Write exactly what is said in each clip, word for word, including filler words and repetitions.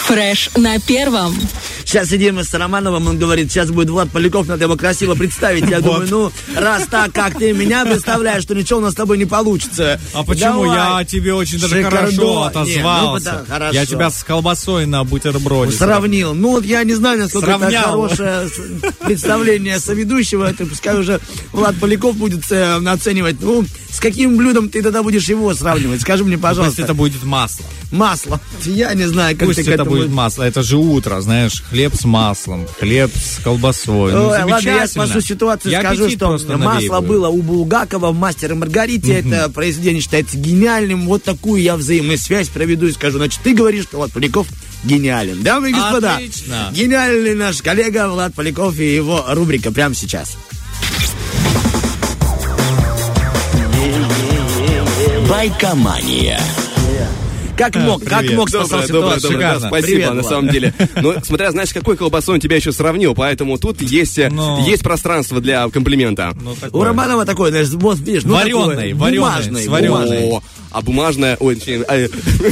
Фреш на первом. Сейчас сидим с Романовым, он говорит, сейчас будет Влад Поляков, надо его красиво представить. Я думаю, ну, раз так, как ты меня представляешь, что ничего у нас с тобой не получится. А почему? Давай. Я тебе очень даже Шикардо. хорошо отозвался. Не, ну, да, хорошо. Я тебя с колбасой на бутерброде сравнил. Ну, вот я не знаю, насколько Сравнял. это хорошее представление соведущего. Это пускай уже Влад Поляков будет э, оценивать. Ну, с каким блюдом ты тогда будешь его сравнивать? Скажи мне, пожалуйста. Пусть это будет масло. Масло. Я не знаю, как Пусть ты к это этому... будет масло. Это же утро, знаешь, хлеб с маслом, хлеб с колбасой. Ну, Ой, ладно, я замечательно. спасу ситуацию, Я скажу, аппетит что просто масло навеиваю. было у Булгакова в «Мастере и Маргарите». Mm-hmm. Это произведение считается гениальным. Вот такую я взаимную связь проведу и скажу. Значит, ты говоришь, что Влад Поляков гениален. Дамы и господа, Отлично. гениальный наш коллега Влад Поляков и его рубрика прямо сейчас. Байкомания. Как мог, как Привет. мог спасал Доброе, доброе, ситуацию. доброе, да, Шикарно. спасибо, Привет, на Влад. самом деле. Но смотря, знаешь, какой колбасой он тебя еще сравнил, поэтому тут есть, э, Ну. есть пространство для комплимента. Ну, У такое. Романова такой, знаешь, вот видишь, ну Варёный, такой, варёный, бумажный, с варёной. бумажный. О, а бумажная... Ой, точнее, э,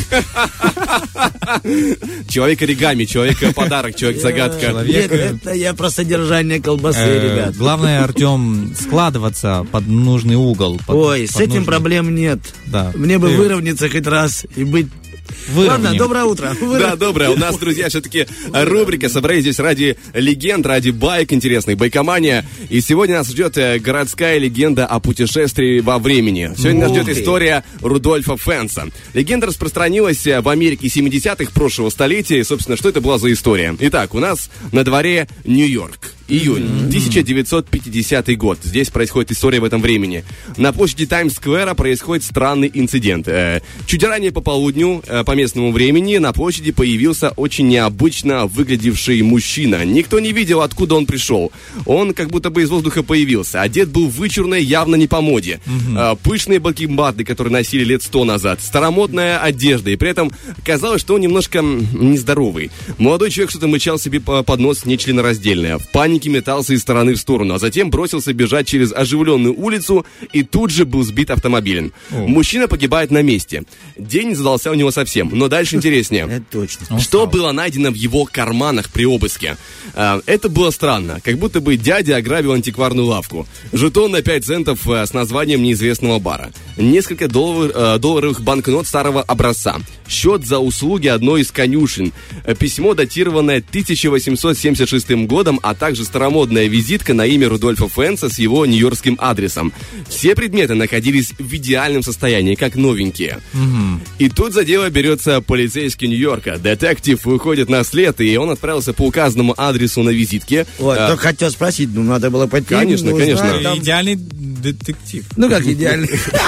человек оригами, человек подарок, человек загадка. Человек- Нет, это я про содержание колбасы, Э, ребят. Главное, Артем, складываться под нужный угол. под- Ой, с под этим нужный- проблем нет. Да. Мне бы Ты выровняться хоть раз и быть... выровняем. Ладно, доброе утро. Да, доброе. У нас, друзья, все-таки рубрика. Собрались здесь ради легенд, ради байк интересной, байкомания. И сегодня нас ждет э, городская легенда о путешествии во времени. Сегодня нас ждет Ух ты. история Рудольфа Фенца. Легенда распространилась э, в Америке семидесятых прошлого столетия. И, собственно, что это была за история? Итак, у нас на дворе Нью-Йорк. Июнь, тысяча девятьсот пятидесятый год. Здесь происходит история в этом времени. На площади Таймс-сквера происходит странный инцидент. Э, Чуть ранее по полудню, э, по местному времени, на площади появился очень необычно выглядевший мужчина. Никто не видел, откуда он пришел. Он как будто бы из воздуха появился. Одет был вычурно, явно не по моде. Э, Пышные бакенбарды, которые носили лет сто назад. Старомодная одежда. И при этом казалось, что он немножко м, нездоровый. Молодой человек что-то мычал себе по- под нос нечленораздельное. В панике метался из стороны в сторону, а затем бросился бежать через оживленную улицу и тут же был сбит автомобилем. О. Мужчина погибает на месте. День не задался у него совсем, но дальше интереснее. Это точно. Он Что встал. было найдено в его карманах при обыске? А, Это было странно, как будто бы дядя ограбил антикварную лавку. Жетон на пять центов э, с названием неизвестного бара. Несколько доллар- э, долларовых банкнот старого образца. Счет за услуги одной из конюшен. Э, Письмо, датированное тысяча восемьсот семьдесят шестым годом, а также старомодная визитка на имя Рудольфа Фенца с его нью-йоркским адресом. Все предметы находились в идеальном состоянии, как новенькие. И тут за дело берется полицейский Нью-Йорка. Детектив выходит на след, и он отправился по указанному адресу на визитке. Вот, А, только хотел спросить, ну, надо было пойти. Конечно, ну, узнать конечно. там. Идеальный детектив. Ну, как идеально.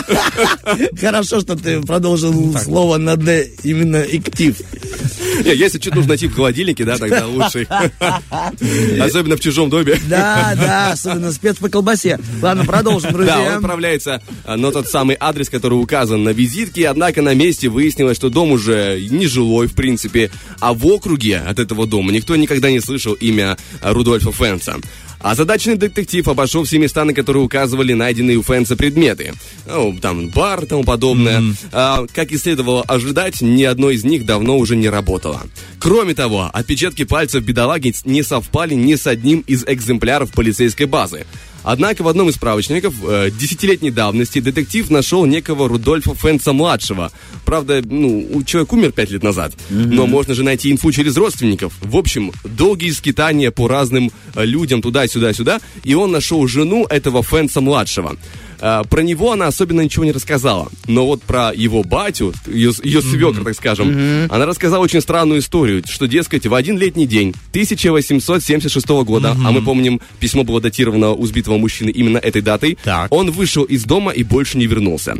Хорошо, что ты продолжил слово на «д», именно «актив». не, если что-то нужно найти в холодильнике, да, тогда лучше. Особенно в чужом доме. Да, да, особенно спец по колбасе. Ладно, продолжим, Да, он друзья. отправляется а, на тот самый адрес, который указан на визитке, однако на месте выяснилось, что дом уже не жилой, в принципе, а в округе от этого дома никто никогда не слышал имя а, Рудольфа Фенца. Озадаченный детектив обошел все места, на которые указывали найденные у Фенца предметы. Ну, там бар и тому подобное. А, как и следовало ожидать, ни одно из них давно уже не работало. Кроме того, отпечатки пальцев бедолаги не совпали ни с одним из экземпляров полицейской базы. Однако в одном из справочников э, десятилетней давности детектив нашел некого Рудольфа Фенца-младшего. Правда, ну, у человека умер пять лет назад. Но можно же найти инфу через родственников. В общем, долгие скитания по разным э, людям туда-сюда-сюда, и он нашел жену этого Фенца-младшего. Э, про него она особенно ничего не рассказала. Но вот про его батю, ее, ее свекра, так скажем, она рассказала очень странную историю, что, дескать, в один летний день тысяча восемьсот семьдесят шестого года, а мы помним, письмо было датировано у сбитого мужчины именно этой датой, Так. он вышел из дома и больше не вернулся.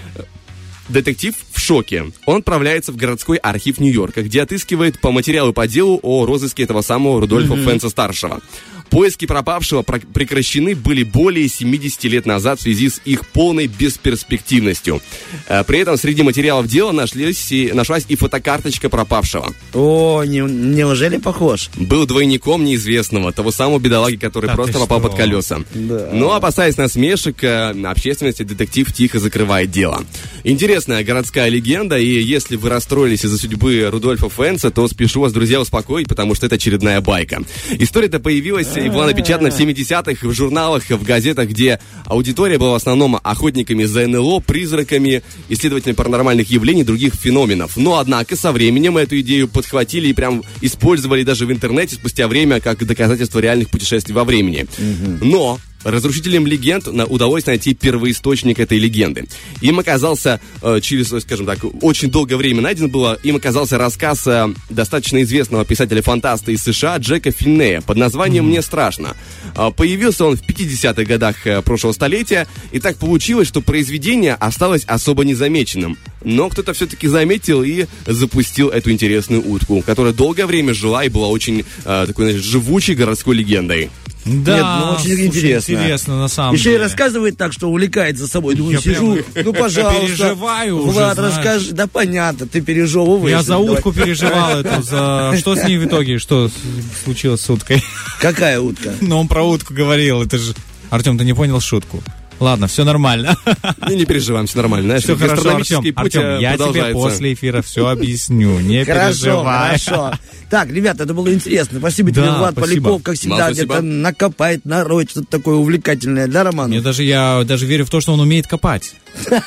Детектив в шоке. Он отправляется в городской архив Нью-Йорка, где отыскивает по материалу по делу о розыске этого самого Рудольфа Фенца-старшего. Поиски пропавшего прекращены были более семьдесят лет назад в связи с их полной бесперспективностью. При этом среди материалов дела нашлись и, нашлась и фотокарточка пропавшего. О, не, неужели похож? Был двойником неизвестного, того самого бедолаги, который Да просто ты попал что? под колеса. Да. Но, опасаясь насмешек, общественности детектив тихо закрывает дело. Интересная городская легенда, и если вы расстроились из-за судьбы Рудольфа Фенца, то спешу вас, друзья, успокоить, потому что это очередная байка. История-то появилась и была напечатана в семидесятых в журналах, в газетах, где аудитория была в основном охотниками за эн эл о, призраками, исследователями паранормальных явлений и других феноменов. Но, однако, со временем эту идею подхватили и прям использовали даже в интернете спустя время как доказательство реальных путешествий во времени. Но разрушителям легенд удалось найти первоисточник этой легенды. Им оказался, э, через, скажем так, очень долгое время найден было, им оказался рассказ э, достаточно известного писателя-фантаста из США Джека Финнея под названием «Мне страшно». Э, появился он в пятидесятых годах э, прошлого столетия, и так получилось, что произведение осталось особо незамеченным. Но кто-то все-таки заметил и запустил эту интересную утку, которая долгое время жила и была очень э, такой, знаешь, живучей городской легендой. Да, Нет, ну очень слушай, интересно. интересно, на самом Еще деле. и рассказывает так, что увлекает за собой. Думаю, Я сижу, прям ну, пожалуйста. переживаю уже, Влад, знаешь. расскажи. Да понятно, ты пережевываешь. Я за Давай. утку переживал эту, за... Что с ней в итоге, что с- случилось с уткой? Какая утка? Ну, он про утку говорил, это же... Артем, ты не понял шутку? Ладно, все нормально. Ну, не переживаем, все нормально. Знаешь, Все хорошо, гастрономический Артем. путь Артем, э, я тебе продолжается. после эфира все объясню, не Хорошо, переживай. хорошо. Так, ребята, это было интересно. Спасибо тебе, Да, Влад спасибо. Поляков, как всегда, Вам спасибо. где-то накопает, нароет что-то такое увлекательное, да, Роман? Мне даже, я даже верю в то, что он умеет копать.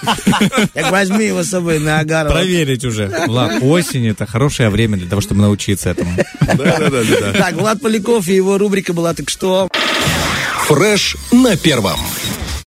Так возьми его с собой на Агарова. Проверить уже. Влад, осень — это хорошее время для того, чтобы научиться этому. Да-да-да. Так, Влад Поляков и его рубрика была «Так что?». Фреш на первом.